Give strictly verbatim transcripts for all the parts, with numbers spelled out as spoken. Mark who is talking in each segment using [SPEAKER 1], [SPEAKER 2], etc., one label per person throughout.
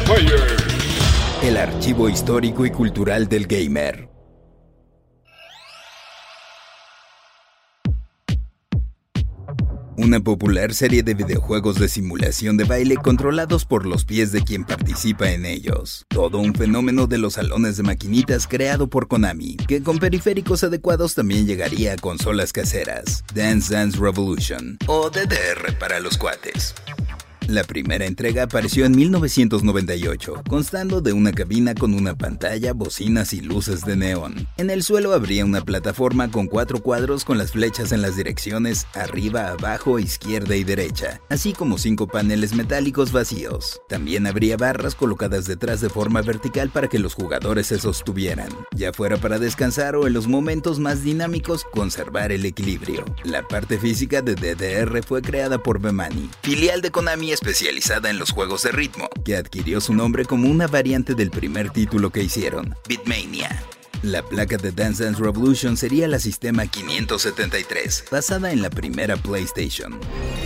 [SPEAKER 1] Fire.
[SPEAKER 2] El archivo histórico y cultural del gamer. Una popular serie de videojuegos de simulación de baile controlados por los pies de quien participa en ellos. Todo un fenómeno de los salones de maquinitas creado por Konami, que con periféricos adecuados también llegaría a consolas caseras. Dance Dance Revolution, o D D R para los cuates. La primera entrega apareció en mil novecientos noventa y ocho, constando de una cabina con una pantalla, bocinas y luces de neón. En el suelo habría una plataforma con cuatro cuadros con las flechas en las direcciones arriba, abajo, izquierda y derecha, así como cinco paneles metálicos vacíos. También habría barras colocadas detrás de forma vertical para que los jugadores se sostuvieran, ya fuera para descansar o en los momentos más dinámicos conservar el equilibrio. La parte física de D D R fue creada por Bemani, filial de Konami especializada en los juegos de ritmo, que adquirió su nombre como una variante del primer título que hicieron, Beatmania. La placa de Dance Dance Revolution sería la Sistema quinientos setenta y tres, basada en la primera PlayStation.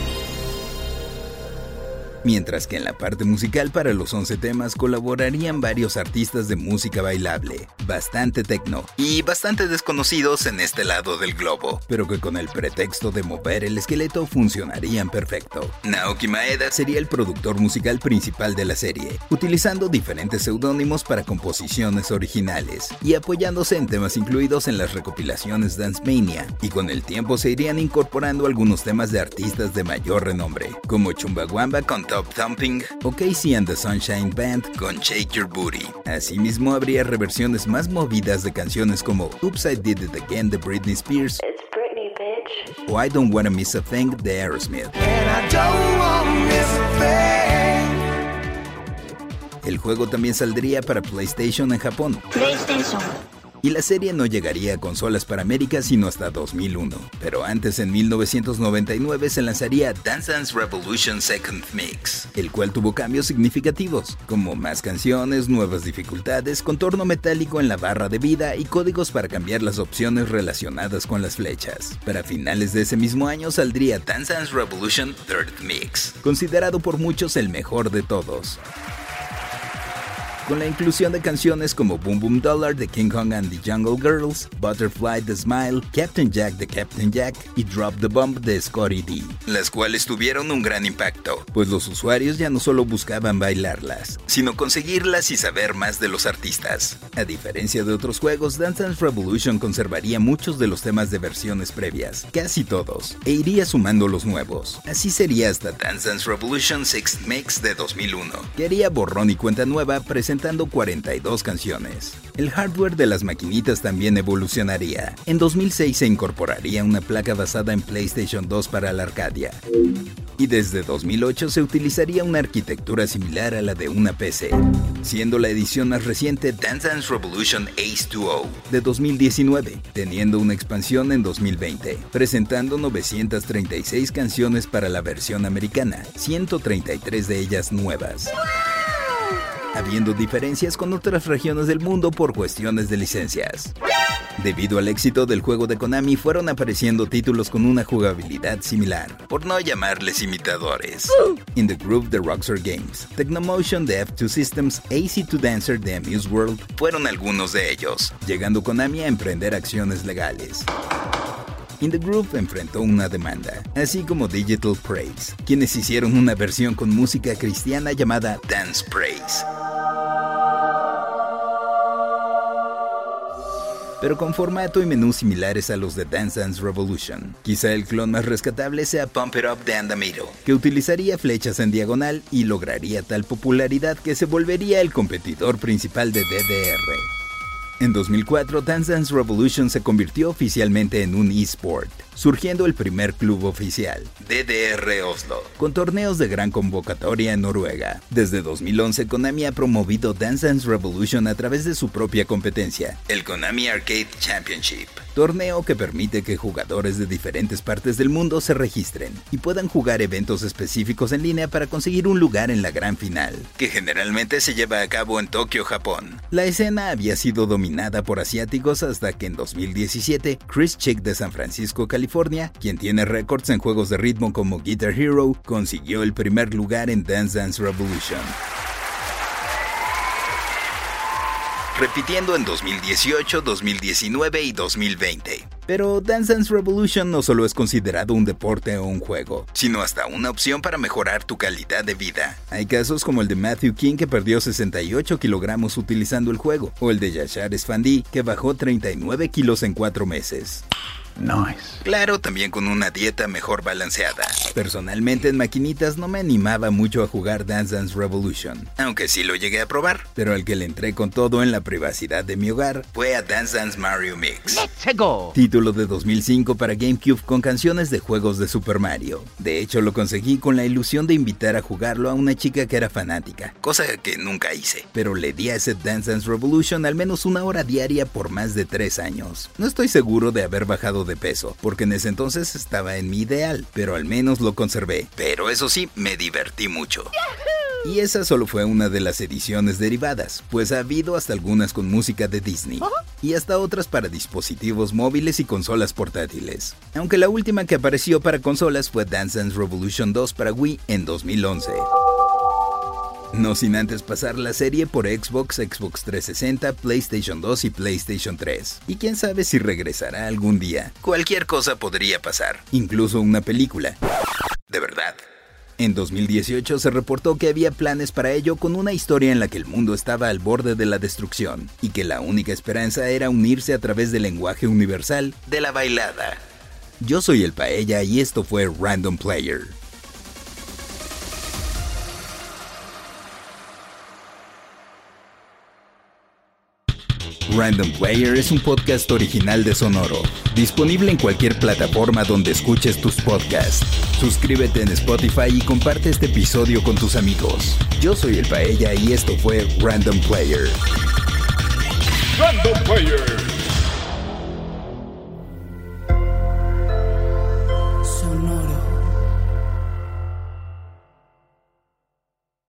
[SPEAKER 2] Mientras que en la parte musical para los once temas colaborarían varios artistas de música bailable, bastante techno y bastante desconocidos en este lado del globo, pero que con el pretexto de mover el esqueleto funcionarían perfecto. Naoki Maeda sería el productor musical principal de la serie, utilizando diferentes seudónimos para composiciones originales y apoyándose en temas incluidos en las recopilaciones Dance Mania, y con el tiempo se irían incorporando algunos temas de artistas de mayor renombre, como Chumbawamba con Top Thumping o Casey and the Sunshine Band con Shake Your Booty. Asimismo, habría reversiones más movidas de canciones como Oops, I Did It Again de Britney Spears,
[SPEAKER 3] It's Britney, bitch.
[SPEAKER 2] o I Don't Wanna Miss a Thing de Aerosmith.
[SPEAKER 4] And I don't wanna miss a thing.
[SPEAKER 2] El juego también saldría para PlayStation en Japón.
[SPEAKER 3] PlayStation.
[SPEAKER 2] Y la serie no llegaría a consolas para América sino hasta dos mil uno. Pero antes, en mil novecientos noventa y nueve, se lanzaría Dance Dance Revolution Second Mix, el cual tuvo cambios significativos, como más canciones, nuevas dificultades, contorno metálico en la barra de vida y códigos para cambiar las opciones relacionadas con las flechas. Para finales de ese mismo año saldría Dance Dance Revolution Third Mix, considerado por muchos el mejor de todos, con la inclusión de canciones como Boom Boom Dollar de King Kong and the Jungle Girls, Butterfly The Smile, Captain Jack de Captain Jack y Drop the Bomb de Scotty D, las cuales tuvieron un gran impacto, pues los usuarios ya no solo buscaban bailarlas, sino conseguirlas y saber más de los artistas. A diferencia de otros juegos, Dance Dance Revolution conservaría muchos de los temas de versiones previas, casi todos, e iría sumando los nuevos. Así sería hasta Dance Dance Revolution Sixth Mix de dos mil uno, que haría borrón y cuenta nueva presentando cuarenta y dos canciones. El hardware de las maquinitas también evolucionaría. En dos mil seis se incorporaría una placa basada en PlayStation dos para la Arcadia. Y desde dos mil ocho se utilizaría una arquitectura similar a la de una P C, siendo la edición más reciente Dance Dance Revolution Ace dos punto cero de dos mil diecinueve, teniendo una expansión en dos mil veinte, presentando novecientas treinta y seis canciones para la versión americana, ciento treinta y tres de ellas nuevas, habiendo diferencias con otras regiones del mundo por cuestiones de licencias. Debido al éxito del juego de Konami, fueron apareciendo títulos con una jugabilidad similar, por no llamarles imitadores. In the Groove de Rockstar Games, Technomotion de F dos Systems, A C dos Dancer de Amuse World fueron algunos de ellos, llegando Konami a emprender acciones legales. In the Groove enfrentó una demanda, así como Digital Praise, quienes hicieron una versión con música cristiana llamada Dance Praise, pero con formato y menús similares a los de Dance Dance Revolution. Quizá el clon más rescatable sea Pump It Up Down the Middle, que utilizaría flechas en diagonal y lograría tal popularidad que se volvería el competidor principal de D D R. En dos mil cuatro, Dance Dance Revolution se convirtió oficialmente en un eSport, surgiendo el primer club oficial, D D R Oslo, con torneos de gran convocatoria en Noruega. Desde dos mil once, Konami ha promovido Dance Dance Revolution a través de su propia competencia, el Konami Arcade Championship, torneo que permite que jugadores de diferentes partes del mundo se registren y puedan jugar eventos específicos en línea para conseguir un lugar en la gran final, que generalmente se lleva a cabo en Tokio, Japón. La escena había sido dominada por asiáticos hasta que en dos mil diecisiete, Chris Chick de San Francisco, California, quien tiene récords en juegos de ritmo como Guitar Hero, consiguió el primer lugar en Dance Dance Revolution. repitiendo en dos mil dieciocho, dos mil diecinueve y dos mil veinte. Pero Dance Dance Revolution no solo es considerado un deporte o un juego, sino hasta una opción para mejorar tu calidad de vida. Hay casos como el de Matthew King, que perdió sesenta y ocho kilogramos utilizando el juego, o el de Yashar Esfandi, que bajó treinta y nueve kilos en cuatro meses.
[SPEAKER 1] Nice.
[SPEAKER 2] Claro, también con una dieta mejor balanceada. Personalmente en maquinitas no me animaba mucho a jugar Dance Dance Revolution, aunque sí lo llegué a probar, pero al que le entré con todo en la privacidad de mi hogar fue a Dance Dance Mario Mix.
[SPEAKER 1] Let's go.
[SPEAKER 2] Título de dos mil cinco para GameCube con canciones de juegos de Super Mario. De hecho lo conseguí con la ilusión de invitar a jugarlo a una chica que era fanática, cosa que nunca hice, pero le di a ese Dance Dance Revolution al menos una hora diaria por más de tres años. No estoy seguro de haber bajado de peso, porque en ese entonces estaba en mi ideal, pero al menos lo conservé. Pero eso sí, me divertí mucho. Y esa solo fue una de las ediciones derivadas, pues ha habido hasta algunas con música de Disney, y hasta otras para dispositivos móviles y consolas portátiles. Aunque la última que apareció para consolas fue Dance Dance Revolution dos para Wii en dos mil once. No sin antes pasar la serie por Xbox, Xbox trescientos sesenta, PlayStation dos y PlayStation tres. Y quién sabe si regresará algún día. Cualquier cosa podría pasar, incluso una película. De verdad. En dos mil dieciocho se reportó que había planes para ello, con una historia en la que el mundo estaba al borde de la destrucción, y que la única esperanza era unirse a través del lenguaje universal de la bailada. Yo soy el Paella y esto fue Random Player. Random Player es un podcast original de Sonoro, disponible en cualquier plataforma donde escuches tus podcasts. Suscríbete en Spotify y comparte este episodio con tus amigos. Yo soy el Paella y esto fue Random Player.
[SPEAKER 5] Random Player.